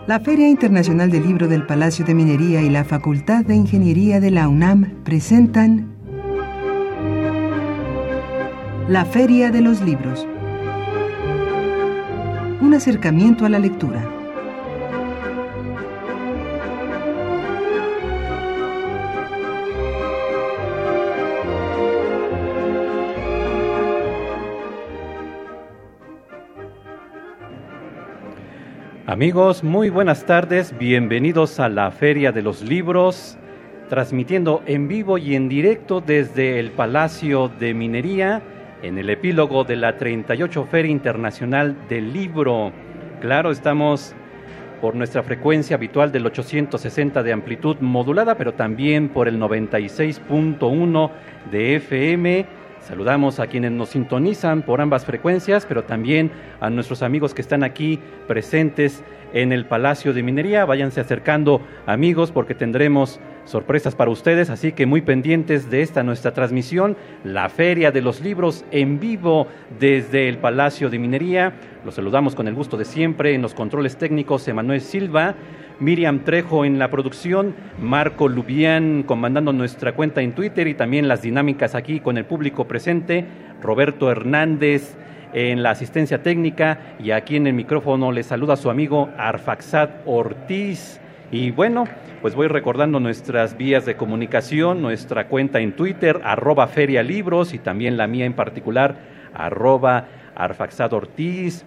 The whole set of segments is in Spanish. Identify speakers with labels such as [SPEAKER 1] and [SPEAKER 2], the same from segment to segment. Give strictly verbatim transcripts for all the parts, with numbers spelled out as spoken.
[SPEAKER 1] La Feria Internacional del Libro del Palacio de Minería y la Facultad de Ingeniería de la UNAM presentan La Feria de los Libros. Un acercamiento a la lectura.
[SPEAKER 2] Amigos, muy buenas tardes, bienvenidos a la Feria de los Libros, transmitiendo en vivo y en directo desde el Palacio de Minería, en el epílogo de la treinta y ocho Feria Internacional del Libro. Claro, estamos por nuestra frecuencia habitual del ochocientos sesenta de amplitud modulada, pero también por el noventa y seis punto uno de F M. Saludamos a quienes nos sintonizan por ambas frecuencias, pero también a nuestros amigos que están aquí presentes en el Palacio de Minería. Váyanse acercando, amigos, porque tendremos sorpresas para ustedes, así que muy pendientes de esta nuestra transmisión, la Feria de los Libros en vivo desde el Palacio de Minería. Los saludamos con el gusto de siempre en los controles técnicos, Emanuel Silva, Miriam Trejo en la producción, Marco Lubián comandando nuestra cuenta en Twitter y también las dinámicas aquí con el público presente, Roberto Hernández en la asistencia técnica, y aquí en el micrófono les saluda su amigo Arfaxad Ortiz. Y bueno, pues voy recordando nuestras vías de comunicación, nuestra cuenta en Twitter, arroba ferialibros, y también la mía en particular, arroba Arfaxad Ortiz.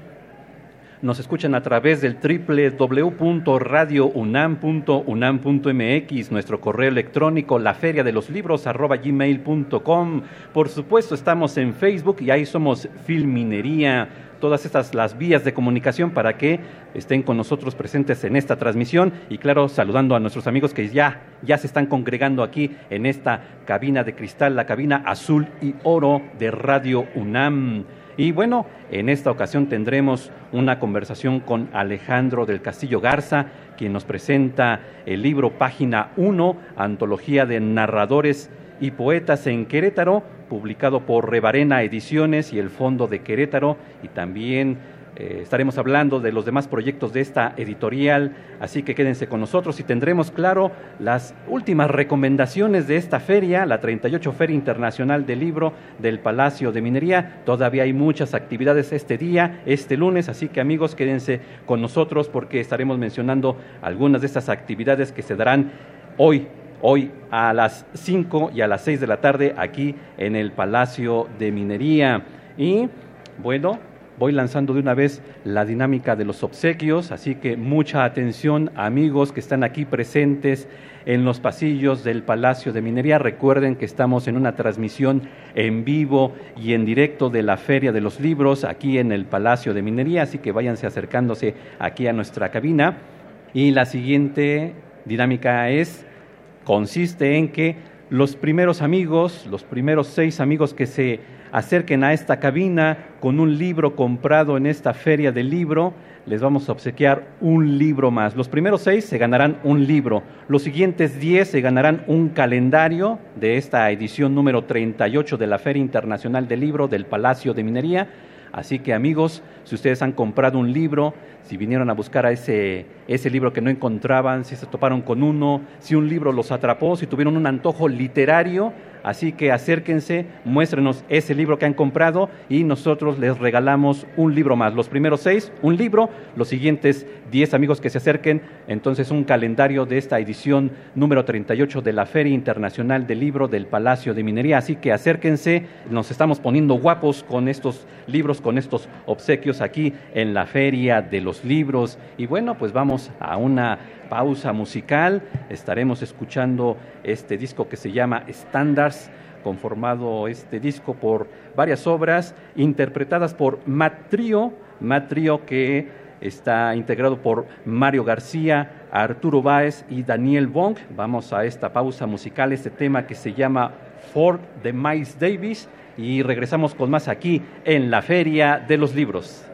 [SPEAKER 2] Nos escuchan a través del doble u doble u doble u punto radio unam punto unam punto m x, nuestro correo electrónico, laferiadeloslibros arroba gmail punto com. Por supuesto, estamos en Facebook y ahí somos Filminería. Todas estas las vías de comunicación para que estén con nosotros presentes en esta transmisión y claro, saludando a nuestros amigos que ya, ya se están congregando aquí en esta cabina de cristal, la cabina azul y oro de Radio UNAM. Y bueno, en esta ocasión tendremos una conversación con Alejandro del Castillo Garza, quien nos presenta el libro Página uno, Antología de Narradores y Poetas en Querétaro, publicado por Rebarena Ediciones y el Fondo de Querétaro, y también eh, estaremos hablando de los demás proyectos de esta editorial, así que quédense con nosotros y tendremos, claro, las últimas recomendaciones de esta feria, la treinta y ocho Feria Internacional del Libro del Palacio de Minería. Todavía hay muchas actividades este día, este lunes, así que amigos, quédense con nosotros porque estaremos mencionando algunas de estas actividades que se darán hoy, hoy a las cinco y a las seis de la tarde aquí en el Palacio de Minería. Y bueno, voy lanzando de una vez la dinámica de los obsequios, así que mucha atención, amigos que están aquí presentes en los pasillos del Palacio de Minería. Recuerden que estamos en una transmisión en vivo y en directo de la Feria de los Libros aquí en el Palacio de Minería, así que váyanse acercándose aquí a nuestra cabina. Y la siguiente dinámica es, consiste en que los primeros amigos, los primeros seis amigos que se acerquen a esta cabina con un libro comprado en esta Feria del Libro, les vamos a obsequiar un libro más. Los primeros seis se ganarán un libro, los siguientes diez se ganarán un calendario de esta edición número treinta y ocho de la Feria Internacional del Libro del Palacio de Minería. Así que amigos, si ustedes han comprado un libro, si vinieron a buscar a ese, ese libro que no encontraban, si se toparon con uno, si un libro los atrapó, si tuvieron un antojo literario, así que acérquense, muéstrenos ese libro que han comprado y nosotros les regalamos un libro más. Los primeros seis, un libro, los siguientes diez amigos que se acerquen, entonces un calendario de esta edición número treinta y ocho de la Feria Internacional del Libro del Palacio de Minería. Así que acérquense, nos estamos poniendo guapos con estos libros, con estos obsequios aquí en la Feria de los Libros. Y bueno, pues vamos a una pausa musical. Estaremos escuchando este disco que se llama Standards, conformado este disco por varias obras interpretadas por Matt Trio, Matt Trio que está integrado por Mario García, Arturo Báez y Daniel Bong. Vamos a esta pausa musical, este tema que se llama For de Miles Davis, y regresamos con más aquí en la Feria de los Libros.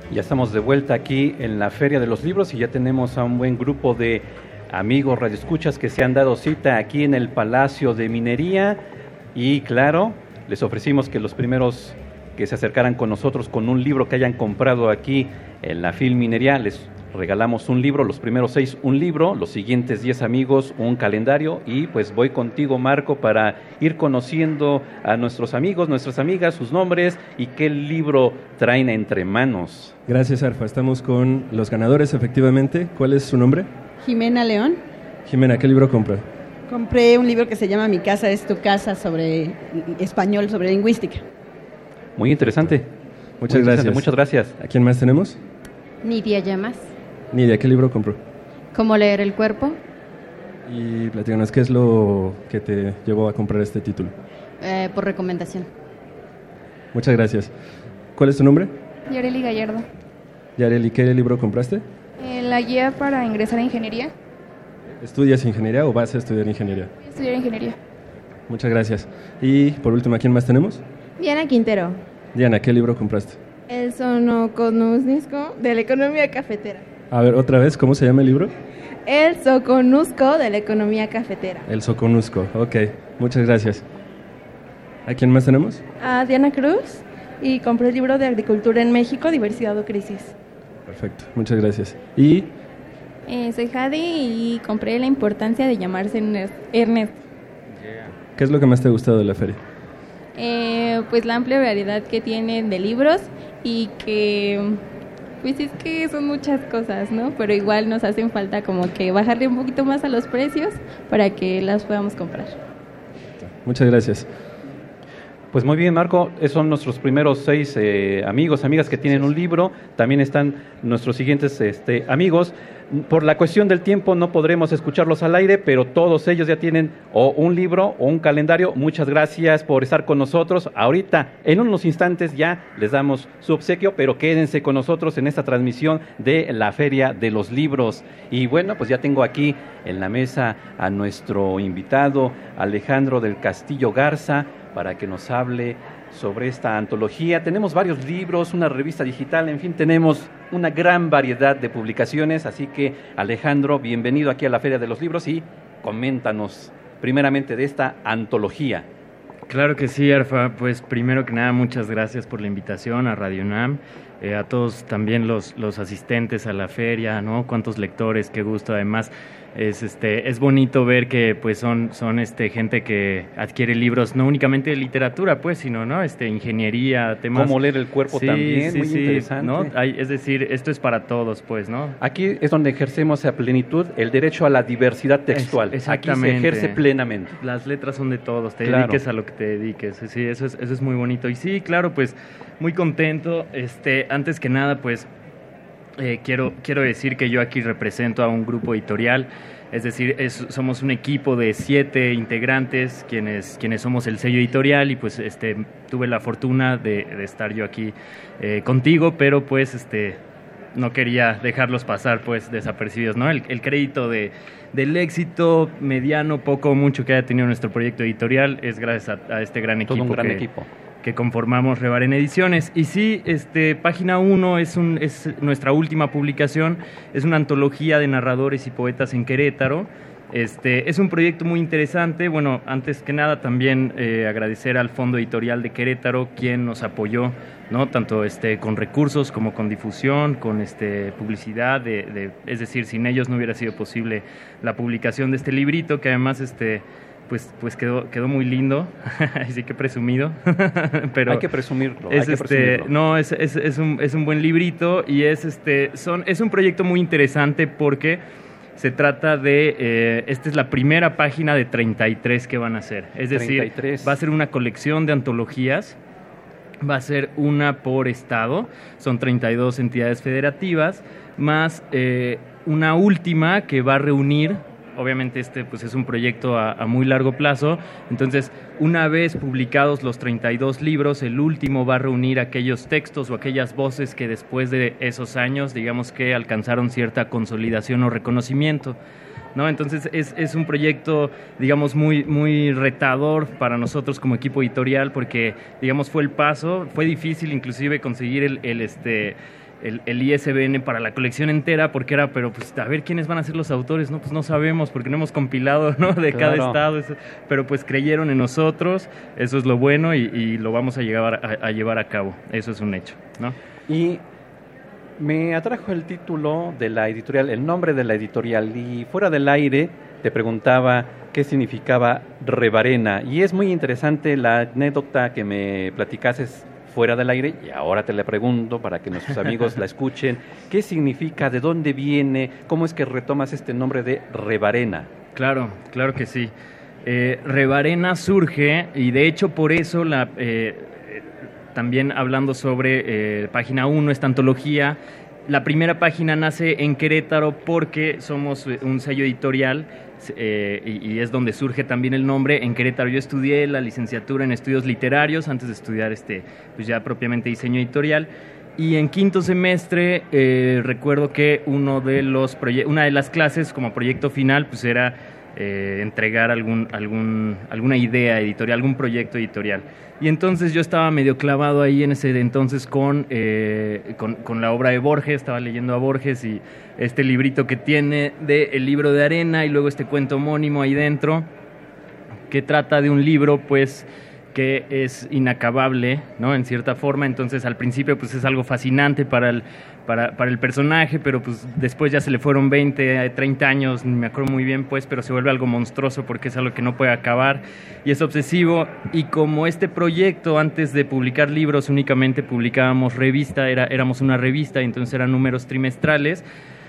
[SPEAKER 2] Ya estamos de vuelta aquí en la Feria de los Libros y ya tenemos a un buen grupo de amigos radioescuchas que se han dado cita aquí en el Palacio de Minería y claro, les ofrecimos que los primeros que se acercaran con nosotros con un libro que hayan comprado aquí en la Fil Minería, les regalamos un libro, los primeros seis un libro, los siguientes diez amigos un calendario y pues voy contigo, Marco, para ir conociendo a nuestros amigos, nuestras amigas, sus nombres y qué libro traen entre manos.
[SPEAKER 3] Gracias, Arfa. Estamos con los ganadores, efectivamente. ¿Cuál es su nombre?
[SPEAKER 4] Jimena León.
[SPEAKER 3] Jimena, ¿qué libro compra?
[SPEAKER 4] Compré un libro que se llama Mi casa es tu casa, sobre español, sobre lingüística.
[SPEAKER 2] Muy interesante.
[SPEAKER 3] Muchas
[SPEAKER 2] Muy
[SPEAKER 3] gracias.
[SPEAKER 2] interesante. Muchas gracias.
[SPEAKER 3] ¿A quién más tenemos?
[SPEAKER 5] Nidia Llamas.
[SPEAKER 3] Nidia, ¿qué libro compró?
[SPEAKER 5] ¿Cómo leer el cuerpo?
[SPEAKER 3] Y platícanos, ¿qué es lo que te llevó a comprar este título?
[SPEAKER 5] Eh, por recomendación.
[SPEAKER 3] Muchas gracias. ¿Cuál es tu nombre?
[SPEAKER 6] Yareli Gallardo.
[SPEAKER 3] Yareli, ¿qué libro compraste?
[SPEAKER 6] Eh, la guía para ingresar a ingeniería.
[SPEAKER 3] ¿Estudias ingeniería o vas a estudiar ingeniería?
[SPEAKER 6] Voy a estudiar ingeniería.
[SPEAKER 3] Muchas gracias. Y por último, ¿a quién más tenemos?
[SPEAKER 7] Diana Quintero.
[SPEAKER 3] Diana, ¿qué libro compraste?
[SPEAKER 7] El Soconusco de la economía cafetera.
[SPEAKER 3] A ver, otra vez, ¿cómo se llama el libro?
[SPEAKER 7] El Soconusco de la economía cafetera.
[SPEAKER 3] El Soconusco, ok. Muchas gracias. ¿A quién más tenemos?
[SPEAKER 7] A Diana Cruz, y compré el libro de Agricultura en México, Diversidad o Crisis.
[SPEAKER 3] Perfecto, muchas gracias. ¿Y?
[SPEAKER 6] Eh, soy Jade y compré La importancia de llamarse Ernest.
[SPEAKER 3] ¿Qué es lo que más te ha gustado de la feria?
[SPEAKER 6] Eh, pues la amplia variedad que tienen de libros y que, pues es que son muchas cosas, ¿no? Pero igual nos hacen falta como que bajarle un poquito más a los precios para que las podamos comprar.
[SPEAKER 3] Muchas gracias.
[SPEAKER 2] Pues muy bien, Marco, esos son nuestros primeros seis eh, amigos, amigas que tienen un libro. También están nuestros siguientes este, amigos. Por la cuestión del tiempo no podremos escucharlos al aire, pero todos ellos ya tienen o un libro o un calendario. Muchas gracias por estar con nosotros. Ahorita, en unos instantes ya les damos su obsequio, pero quédense con nosotros en esta transmisión de la Feria de los Libros. Y bueno, pues ya tengo aquí en la mesa a nuestro invitado Alejandro del Castillo Garza, para que nos hable sobre esta antología. Tenemos varios libros, una revista digital, en fin, tenemos una gran variedad de publicaciones, así que Alejandro, bienvenido aquí a la Feria de los Libros y coméntanos primeramente de esta antología.
[SPEAKER 8] Claro que sí, Arfa. Pues primero que nada, muchas gracias por la invitación a Radio UNAM, eh, a todos también los, los asistentes a la feria, ¿no? Cuántos lectores, qué gusto. Además, es este es bonito ver que pues son son este gente que adquiere libros no únicamente de literatura, pues, sino no este ingeniería, temas.
[SPEAKER 2] Cómo leer el cuerpo, sí, también, sí, muy sí, interesante.
[SPEAKER 8] ¿No? Hay, es decir, esto es para todos, pues, ¿no?
[SPEAKER 2] Aquí es donde ejercemos a plenitud el derecho a la diversidad textual.
[SPEAKER 8] Es,
[SPEAKER 2] Aquí se ejerce plenamente.
[SPEAKER 8] Las letras son de todos, te
[SPEAKER 2] claro.
[SPEAKER 8] dediques a lo que te dediques. Sí, eso es eso es muy bonito. Y sí, claro, pues muy contento. Este, antes que nada, pues Eh, quiero, quiero decir que yo aquí represento a un grupo editorial, es decir, es, somos un equipo de siete integrantes quienes, quienes somos el sello editorial y pues este, tuve la fortuna de, de estar yo aquí eh, contigo, pero pues este, no quería dejarlos pasar pues desapercibidos, ¿no? El, el crédito de, del éxito mediano, poco o mucho que haya tenido nuestro proyecto editorial es gracias a, a este gran equipo.
[SPEAKER 2] Todo un gran
[SPEAKER 8] que,
[SPEAKER 2] equipo.
[SPEAKER 8] que conformamos Rebaren Ediciones. Y sí, este, Página uno es, un, es nuestra última publicación, es una antología de narradores y poetas en Querétaro. Este, es un proyecto muy interesante. Bueno, antes que nada también eh, agradecer al Fondo Editorial de Querétaro, quien nos apoyó, ¿no? Tanto este, con recursos como con difusión, con este, publicidad, de, de, es decir, sin ellos no hubiera sido posible la publicación de este librito, que además este, pues, pues quedó, quedó muy lindo, así que presumido. Pero
[SPEAKER 2] hay que presumirlo.
[SPEAKER 8] Es,
[SPEAKER 2] hay que
[SPEAKER 8] este,
[SPEAKER 2] presumirlo.
[SPEAKER 8] No, es, es, es, un, es un buen librito y es, este, son, es un proyecto muy interesante porque se trata de, eh, esta es la primera página de treinta y tres que van a hacer. Es decir,
[SPEAKER 2] treinta y tres.
[SPEAKER 8] Va a ser una colección de antologías, va a ser una por estado, son treinta y dos entidades federativas, más eh, una última que va a reunir. Obviamente este pues es un proyecto a, a muy largo plazo, entonces una vez publicados los treinta y dos libros, el último va a reunir aquellos textos o aquellas voces que después de esos años, digamos que alcanzaron cierta consolidación o reconocimiento, ¿no? Entonces es, es un proyecto, digamos, muy, muy retador para nosotros como equipo editorial porque, digamos, fue el paso, fue difícil inclusive conseguir el, el este... el, el I S B N para la colección entera, porque era, pero pues a ver quiénes van a ser los autores, no, pues no sabemos, porque no hemos compilado, ¿no? De
[SPEAKER 2] Claro.
[SPEAKER 8] cada estado, eso, pero pues creyeron en nosotros, eso es lo bueno y, y lo vamos a llevar a, a llevar a cabo, eso es un hecho, ¿no?
[SPEAKER 2] Y me atrajo el título de la editorial, el nombre de la editorial, y fuera del aire te preguntaba qué significaba Rebarena, y es muy interesante la anécdota que me platicases fuera del aire, y ahora te la pregunto para que nuestros amigos la escuchen. ¿Qué significa? ¿De dónde viene? ¿Cómo es que retomas este nombre de Rebarena?
[SPEAKER 8] Claro, claro que sí. Eh, Rebarena surge, y de hecho por eso la... Eh, también hablando sobre eh, página uno, esta antología, la primera página nace en Querétaro porque somos un sello editorial eh, y, y es donde surge también el nombre. En Querétaro yo estudié la licenciatura en estudios literarios antes de estudiar este, pues ya propiamente diseño editorial. Y en quinto semestre eh, recuerdo que uno de los proye- una de las clases como proyecto final pues era eh, entregar algún, algún, alguna idea editorial, algún proyecto editorial. Y entonces yo estaba medio clavado ahí en ese entonces con, eh, con, con la obra de Borges, estaba leyendo a Borges y este librito que tiene de El libro de arena y luego este cuento homónimo ahí dentro, que trata de un libro pues que es inacabable, ¿no? En cierta forma. Entonces al principio pues es algo fascinante para el, para, para el personaje, pero pues después ya se le fueron veinte, treinta años, ni me acuerdo muy bien pues, pero se vuelve algo monstruoso porque es algo que no puede acabar y es obsesivo. Y como este proyecto, antes de publicar libros únicamente publicábamos revista, era, éramos una revista y entonces eran números trimestrales,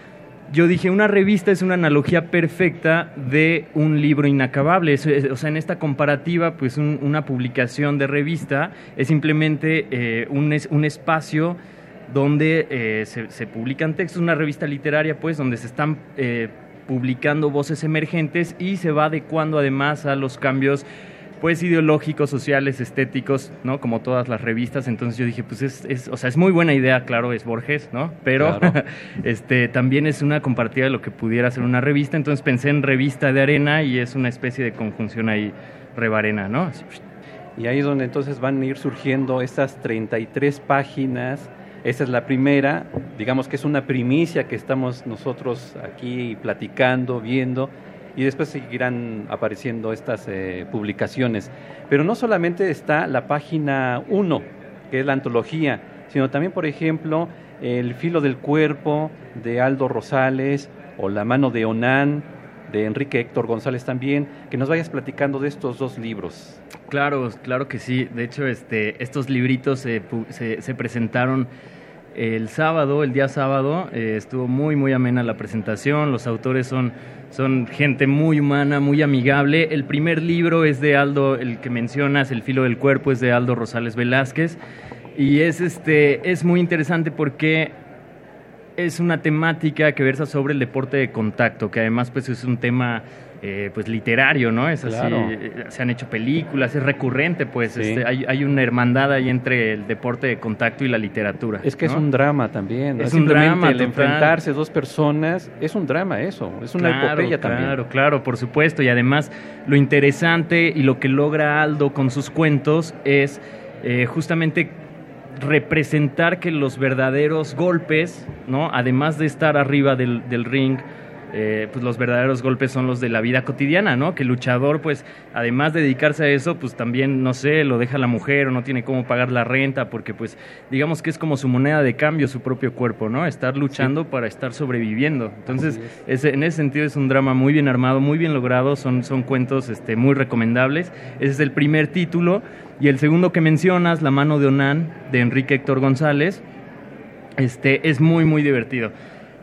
[SPEAKER 8] yo dije, una revista es una analogía perfecta de un libro inacabable. Es, es, o sea, en esta comparativa, pues un, una publicación de revista es simplemente eh, un, es, un espacio donde eh, se, se publican textos, una revista literaria, pues, donde se están eh, publicando voces emergentes y se va adecuando además a los cambios pues ideológicos, sociales, estéticos, ¿no? Como todas las revistas. Entonces yo dije, pues es, es o sea, es muy buena idea, claro, es Borges, ¿no? Pero claro. este también es una comparativa de lo que pudiera ser una revista. Entonces pensé en Revista de Arena y es una especie de conjunción ahí, Rebarena, ¿no? Así.
[SPEAKER 2] Y ahí es donde entonces van a ir surgiendo estas treinta y tres páginas. Esa es la primera, digamos que es una primicia que estamos nosotros aquí platicando, viendo, y después seguirán apareciendo estas eh, publicaciones. Pero no solamente está la página uno, que es la antología, sino también, por ejemplo, El filo del cuerpo, de Aldo Rosales, o La mano de Onán, de Enrique Héctor González también, que nos vayas platicando de estos dos libros.
[SPEAKER 8] Claro, claro que sí. De hecho, este, estos libritos se, se, se presentaron el sábado, el día sábado, eh, estuvo muy, muy amena la presentación. Los autores son, son gente muy humana, muy amigable. El primer libro es de Aldo, el que mencionas, El filo del cuerpo, es de Aldo Rosales Velázquez. Y es, este, es muy interesante porque es una temática que versa sobre el deporte de contacto, que además pues es un tema eh, pues literario, ¿no? Es
[SPEAKER 2] Claro.
[SPEAKER 8] así, eh, se han hecho películas, es recurrente, pues
[SPEAKER 2] Sí.
[SPEAKER 8] este, hay, hay una hermandad ahí entre el deporte de contacto y la literatura.
[SPEAKER 2] Es que
[SPEAKER 8] ¿no?
[SPEAKER 2] es un drama también, ¿no?
[SPEAKER 8] Es un
[SPEAKER 2] Simplemente
[SPEAKER 8] drama
[SPEAKER 2] el
[SPEAKER 8] total.
[SPEAKER 2] enfrentarse dos personas, es un drama eso, es una
[SPEAKER 8] Claro,
[SPEAKER 2] epopeya
[SPEAKER 8] claro,
[SPEAKER 2] también.
[SPEAKER 8] Claro, claro, por supuesto. Y además lo interesante y lo que logra Aldo con sus cuentos es eh, justamente representar que los verdaderos golpes, ¿no? Además de estar arriba del, del ring, eh, pues los verdaderos golpes son los de la vida cotidiana, ¿no? Que el luchador, pues, además de dedicarse a eso, pues también, no sé, lo deja la mujer o no tiene cómo pagar la renta, porque, pues, digamos que es como su moneda de cambio, su propio cuerpo, ¿no? Estar luchando sí. para estar sobreviviendo. Entonces, es. Es, en ese sentido es un drama muy bien armado, muy bien logrado, son, son cuentos este, muy recomendables. Ese es el primer título. Y el segundo que mencionas, La mano de Onán, de Enrique Héctor González, este, es muy, muy divertido.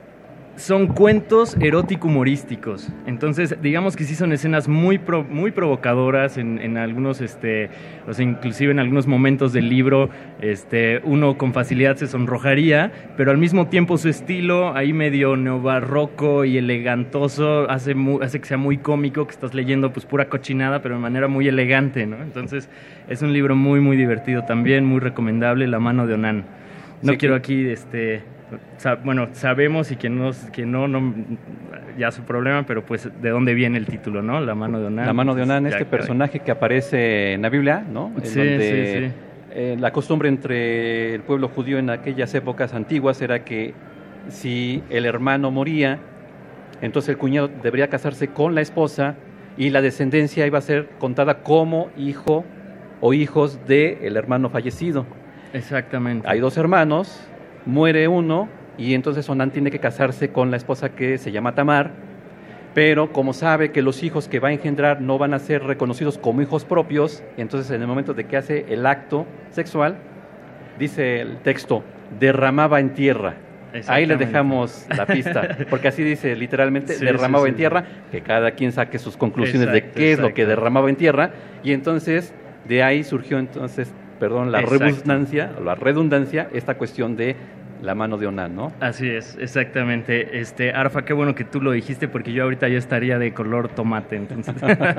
[SPEAKER 8] Son cuentos erótico-humorísticos. Entonces, digamos que sí son escenas muy pro, muy provocadoras en, en algunos, este, o sea, inclusive en algunos momentos del libro, este, uno con facilidad se sonrojaría, pero al mismo tiempo su estilo, ahí medio neobarroco y elegantoso, hace, muy, hace que sea muy cómico, que estás leyendo pues pura cochinada, pero de manera muy elegante, ¿no? Entonces, es un libro muy, muy divertido también, muy recomendable, La mano de Onán. No sí, quiero aquí, este... bueno, sabemos y quien no, quien no, no, ya su problema, pero pues de dónde viene el título, ¿no? La mano de Onán.
[SPEAKER 2] La mano de Onán,
[SPEAKER 8] pues,
[SPEAKER 2] este
[SPEAKER 8] ya,
[SPEAKER 2] personaje que aparece en la Biblia, ¿no? En
[SPEAKER 8] sí,
[SPEAKER 2] donde
[SPEAKER 8] sí, sí.
[SPEAKER 2] eh, la costumbre entre el pueblo judío en aquellas épocas antiguas era que si el hermano moría, entonces el cuñado debería casarse con la esposa y la descendencia iba a ser contada como hijo o hijos del hermano fallecido.
[SPEAKER 8] Exactamente.
[SPEAKER 2] Hay dos hermanos, muere uno y entonces Onán tiene que casarse con la esposa que se llama Tamar, pero como sabe que los hijos que va a engendrar no van a ser reconocidos como hijos propios, entonces en el momento de que hace el acto sexual, dice el texto, derramaba en tierra. Ahí le dejamos la pista, porque así dice literalmente, sí, derramaba sí, sí, en tierra, sí. Que cada quien saque sus conclusiones exacto, de qué exacto. es lo que derramaba en tierra, y entonces de ahí surgió entonces, perdón, la exacto. redundancia, la redundancia, esta cuestión de la mano de Onán, ¿no?
[SPEAKER 8] Así es, exactamente. Este, Arfa, qué bueno que tú lo dijiste, porque yo ahorita ya estaría de color tomate, entonces.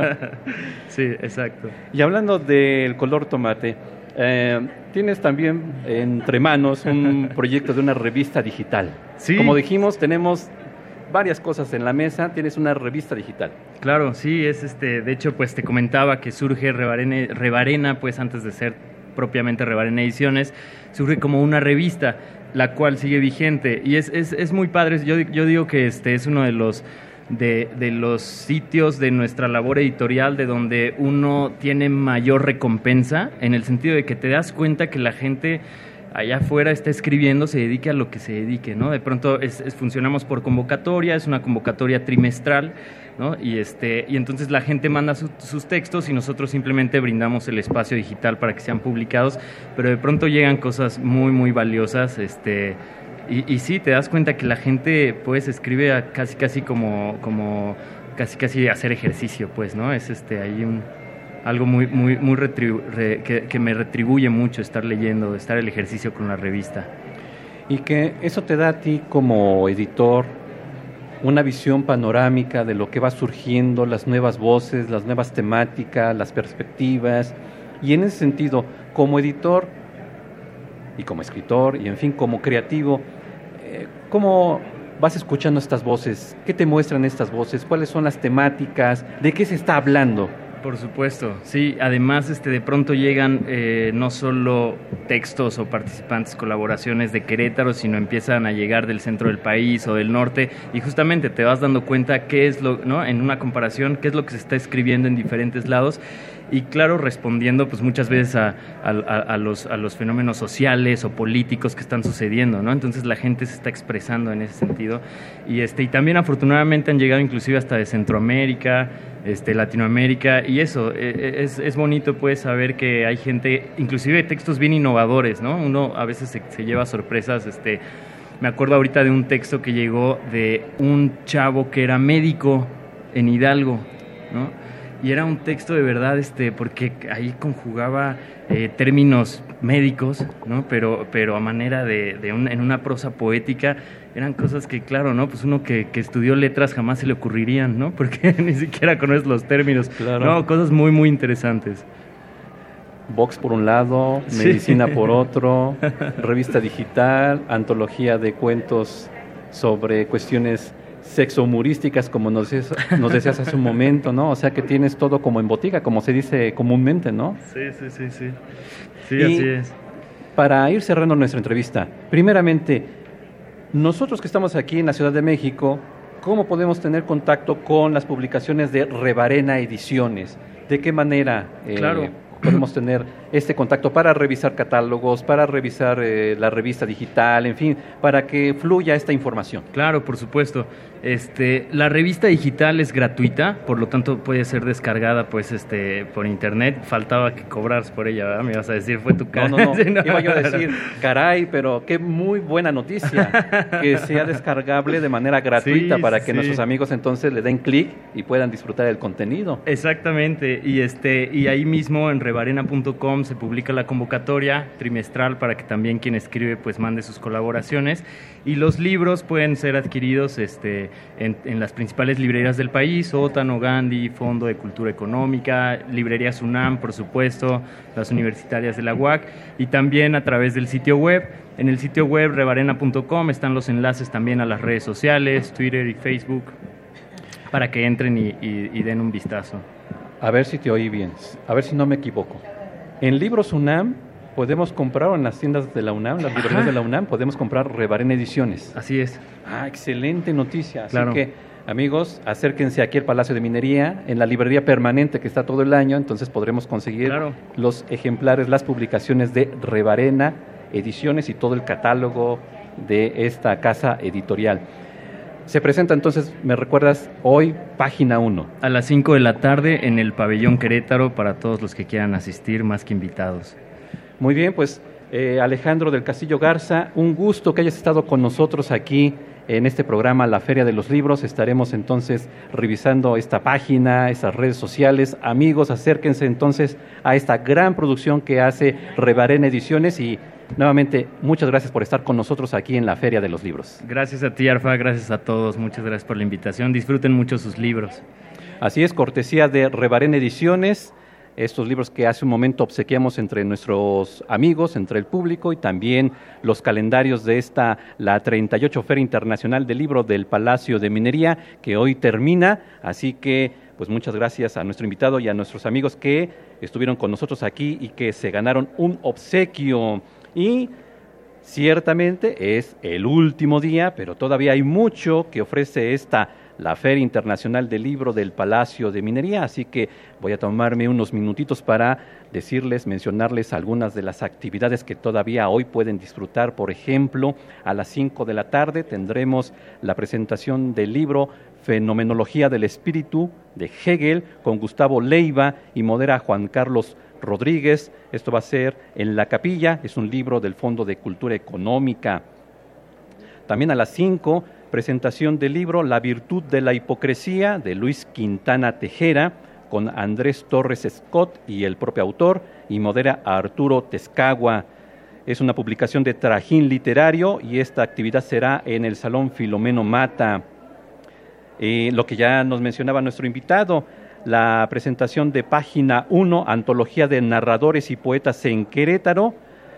[SPEAKER 8] Sí, exacto.
[SPEAKER 2] Y hablando del color tomate, eh, tienes también entre manos un proyecto de una revista digital. Sí. Como dijimos, tenemos varias cosas en la mesa, tienes una revista digital.
[SPEAKER 8] Claro, sí, es este, de hecho, pues te comentaba que surge Rebarena, Rebarena pues antes de ser propiamente Rebarena Ediciones, surge como una revista, la cual sigue vigente, y es, es, es muy padre. Yo, yo digo que este es uno de los De, de los sitios de nuestra labor editorial de donde uno tiene mayor recompensa, en el sentido de que te das cuenta que la gente allá afuera está escribiendo, se dedique a lo que se dedique, ¿no? De pronto es, es, funcionamos por convocatoria, es una convocatoria trimestral, ¿no? Y, este, y entonces la gente manda su, sus textos y nosotros simplemente brindamos el espacio digital para que sean publicados, pero de pronto llegan cosas muy, muy valiosas, este... Y, y sí, te das cuenta que la gente, pues, escribe a casi, casi como, como, casi, casi hacer ejercicio, pues, ¿no? Es este, ahí un, algo muy, muy, muy retribu- re, que, que me retribuye mucho estar leyendo, estar el ejercicio con la revista.
[SPEAKER 2] Y que eso te da a ti como editor una visión panorámica de lo que va surgiendo, las nuevas voces, las nuevas temáticas, las perspectivas. Y en ese sentido, como editor y como escritor y, en fin, como creativo, ¿cómo vas escuchando estas voces? ¿Qué te muestran estas voces? ¿Cuáles son las temáticas? ¿De qué se está hablando?
[SPEAKER 8] Por supuesto, sí. Además, este, de pronto llegan eh, no solo textos o participantes, colaboraciones de Querétaro, sino empiezan a llegar del centro del país o del norte, y justamente te vas dando cuenta qué es lo, ¿no? En una comparación, qué es lo que se está escribiendo en diferentes lados. Y claro, respondiendo pues muchas veces a, a, a, los, a los fenómenos sociales o políticos que están sucediendo, ¿no? Entonces la gente se está expresando en ese sentido. Y, este, y también afortunadamente han llegado inclusive hasta de Centroamérica, este, Latinoamérica, y eso, es, es bonito pues saber que hay gente, inclusive textos bien innovadores, ¿no? Uno a veces se, se lleva sorpresas, este, me acuerdo ahorita de un texto que llegó de un chavo que era médico en Hidalgo, ¿no? Y era un texto de verdad, este, porque ahí conjugaba eh, términos médicos, ¿no? Pero, pero a manera de, de un, en una prosa poética, eran cosas que, claro, ¿no? Pues uno que, que estudió letras jamás se le ocurrirían, ¿no? Porque ni siquiera conoces los términos. Claro. No, cosas muy, muy interesantes.
[SPEAKER 2] Vox por un lado, Medicina sí. por otro, revista digital, antología de cuentos sobre cuestiones sexohumorísticas, como nos decías, nos decías hace un momento, ¿no? O sea que tienes todo como en botica, como se dice comúnmente, ¿no?
[SPEAKER 8] Sí, sí, sí, sí. Sí, y así es.
[SPEAKER 2] Para ir cerrando nuestra entrevista, primeramente, nosotros que estamos aquí en la Ciudad de México, ¿cómo podemos tener contacto con las publicaciones de Rebarena Ediciones? ¿De qué manera eh, claro. podemos tener este contacto para revisar catálogos, para revisar eh, la revista digital, en fin, para que fluya esta información?
[SPEAKER 8] Claro, por supuesto. Este, la revista digital es gratuita, por lo tanto puede ser descargada pues este por internet. Faltaba que cobras por ella, ¿verdad? Me ibas a decir, fue tu cara.
[SPEAKER 2] No, no, no. Sí, no. Iba yo a decir, caray, pero qué muy buena noticia que sea descargable de manera gratuita sí, para que sí. nuestros amigos entonces le den clic y puedan disfrutar del contenido.
[SPEAKER 8] Exactamente, y este y ahí mismo en rebarena punto com se publica la convocatoria trimestral para que también quien escribe pues mande sus colaboraciones, y los libros pueden ser adquiridos este en, en las principales librerías del país: Sótano, Gandhi, Fondo de Cultura Económica, librerías UNAM, por supuesto, las universitarias de la U A C, y también a través del sitio web. En el sitio web rebarena punto com están los enlaces también a las redes sociales, Twitter y Facebook, para que entren y, y, y den un vistazo.
[SPEAKER 2] A ver si te oí bien, a ver si no me equivoco. En Libros UNAM podemos comprar en las tiendas de la UNAM, las librerías de la UNAM, podemos comprar Rebarén Ediciones.
[SPEAKER 8] Así es.
[SPEAKER 2] Ah, excelente noticia. Así
[SPEAKER 8] Claro.
[SPEAKER 2] que, amigos, acérquense aquí al Palacio de Minería, en la librería permanente que está todo el año, entonces podremos conseguir
[SPEAKER 8] Claro.
[SPEAKER 2] los ejemplares, las publicaciones de Rebarena Ediciones y todo el catálogo de esta casa editorial. Se presenta entonces, me recuerdas, hoy, página uno.
[SPEAKER 8] A las cinco de la tarde en el pabellón Querétaro para todos los que quieran asistir, más que invitados.
[SPEAKER 2] Muy bien, pues eh, Alejandro del Castillo Garza, un gusto que hayas estado con nosotros aquí en este programa La Feria de los Libros. Estaremos entonces revisando esta página, estas redes sociales. Amigos, acérquense entonces a esta gran producción que hace Rebarén Ediciones y nuevamente muchas gracias por estar con nosotros aquí en La Feria de los Libros.
[SPEAKER 8] Gracias a ti, Arfa, gracias a todos, muchas gracias por la invitación. Disfruten mucho sus libros.
[SPEAKER 2] Así es, cortesía de Rebarén Ediciones, estos libros que hace un momento obsequiamos entre nuestros amigos, entre el público y también los calendarios de esta, la treinta y ocho Feria Internacional del Libro del Palacio de Minería, que hoy termina, así que pues muchas gracias a nuestro invitado y a nuestros amigos que estuvieron con nosotros aquí y que se ganaron un obsequio. Y ciertamente es el último día, pero todavía hay mucho que ofrece esta, la Feria Internacional del Libro del Palacio de Minería, así que voy a tomarme unos minutitos para decirles, mencionarles algunas de las actividades que todavía hoy pueden disfrutar. Por ejemplo, a las cinco de la tarde tendremos la presentación del libro Fenomenología del Espíritu de Hegel con Gustavo Leiva y modera Juan Carlos Rodríguez. Esto va a ser en La Capilla, es un libro del Fondo de Cultura Económica. También a las cinco, presentación del libro La Virtud de la Hipocresía de Luis Quintana Tejera con Andrés Torres Scott y el propio autor, y modera a Arturo Tezcagua. Es una publicación de Trajín Literario y esta actividad será en el Salón Filomeno Mata. Eh, lo que ya nos mencionaba nuestro invitado, la presentación de Página uno, Antología de Narradores y Poetas en Querétaro.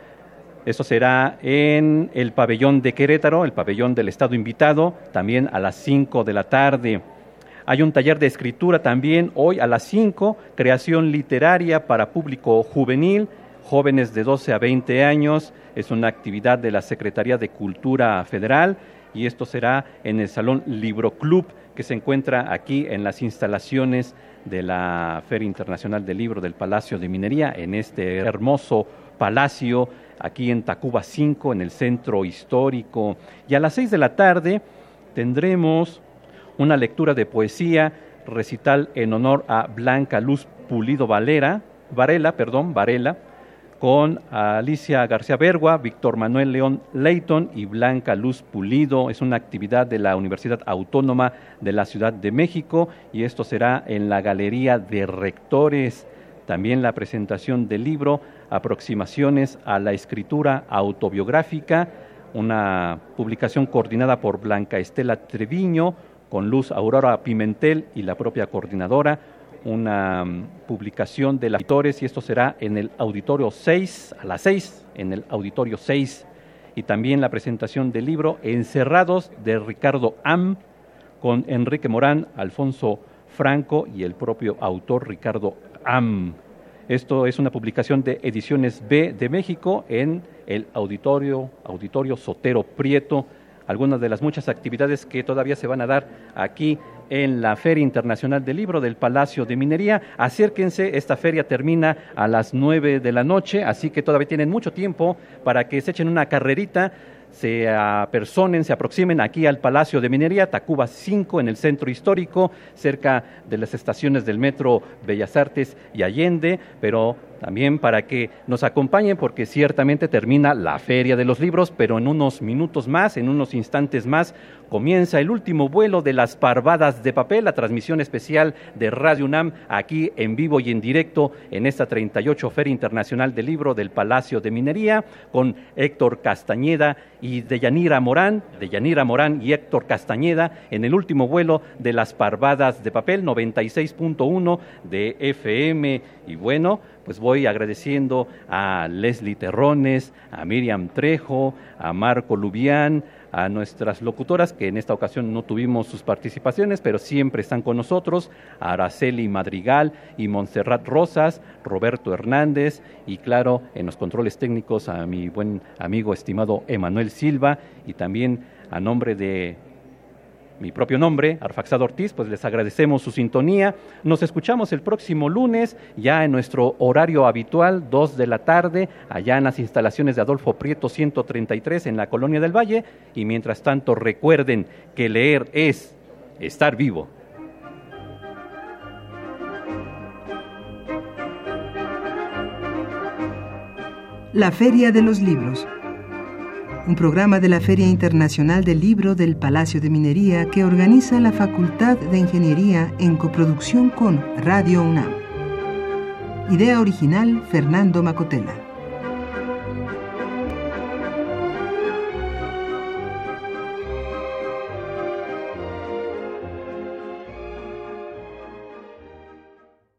[SPEAKER 2] Eso será en el pabellón de Querétaro, el pabellón del Estado invitado, también a las cinco de la tarde. Hay un taller de escritura también hoy a las cinco, creación literaria para público juvenil, jóvenes de doce a veinte años. Es una actividad de la Secretaría de Cultura Federal y esto será en el Salón Libro Club, que se encuentra aquí en las instalaciones de la Feria Internacional del Libro del Palacio de Minería, en este hermoso palacio, aquí en Tacuba cinco, en el centro histórico. Y a las seis de la tarde tendremos una lectura de poesía, recital en honor a Blanca Luz Pulido Valera, Varela, perdón, Varela, con Alicia García Bergua, Víctor Manuel León Leighton y Blanca Luz Pulido. Es una actividad de la Universidad Autónoma de la Ciudad de México y esto será en la Galería de Rectores. También la presentación del libro Aproximaciones a la Escritura Autobiográfica, una publicación coordinada por Blanca Estela Treviño, con Luz Aurora Pimentel y la propia coordinadora, una um, publicación de los editores, y esto será en el Auditorio seis, a las seis, en el Auditorio seis, y también la presentación del libro Encerrados de Ricardo Am, con Enrique Morán, Alfonso Franco y el propio autor Ricardo Am. Esto es una publicación de Ediciones B de México en el Auditorio, Auditorio Sotero Prieto. Algunas de las muchas actividades que todavía se van a dar aquí en la Feria Internacional del Libro del Palacio de Minería. Acérquense, esta feria termina a las nueve de la noche, así que todavía tienen mucho tiempo para que se echen una carrerita, se apersonen, se aproximen aquí al Palacio de Minería, Tacuba cinco, en el centro histórico, cerca de las estaciones del metro Bellas Artes y Allende, pero también para que nos acompañen porque ciertamente termina la Feria de los Libros, pero en unos minutos más, en unos instantes más, comienza el último vuelo de las Parvadas de Papel, la transmisión especial de Radio UNAM aquí en vivo y en directo en esta treinta y ocho Feria Internacional del Libro del Palacio de Minería, con Héctor Castañeda y Deyanira Morán, Deyanira Morán y Héctor Castañeda en el último vuelo de las Parvadas de Papel, noventa y seis punto uno de F M. Y bueno, pues voy agradeciendo a Leslie Terrones, a Miriam Trejo, a Marco Lubián, a nuestras locutoras, que en esta ocasión no tuvimos sus participaciones, pero siempre están con nosotros, a Araceli Madrigal y Montserrat Rosas, Roberto Hernández, y claro, en los controles técnicos a mi buen amigo estimado Emanuel Silva, y también a nombre de mi propio nombre, Arfaxado Ortiz, pues les agradecemos su sintonía. Nos escuchamos el próximo lunes, ya en nuestro horario habitual, dos de la tarde, allá en las instalaciones de Adolfo Prieto ciento treinta y tres en la Colonia del Valle. Y mientras tanto, recuerden que leer es estar vivo.
[SPEAKER 1] La Feria de los Libros. Un programa de la Feria Internacional del Libro del Palacio de Minería que organiza la Facultad de Ingeniería en coproducción con Radio UNAM. Idea original, Fernando Macotela.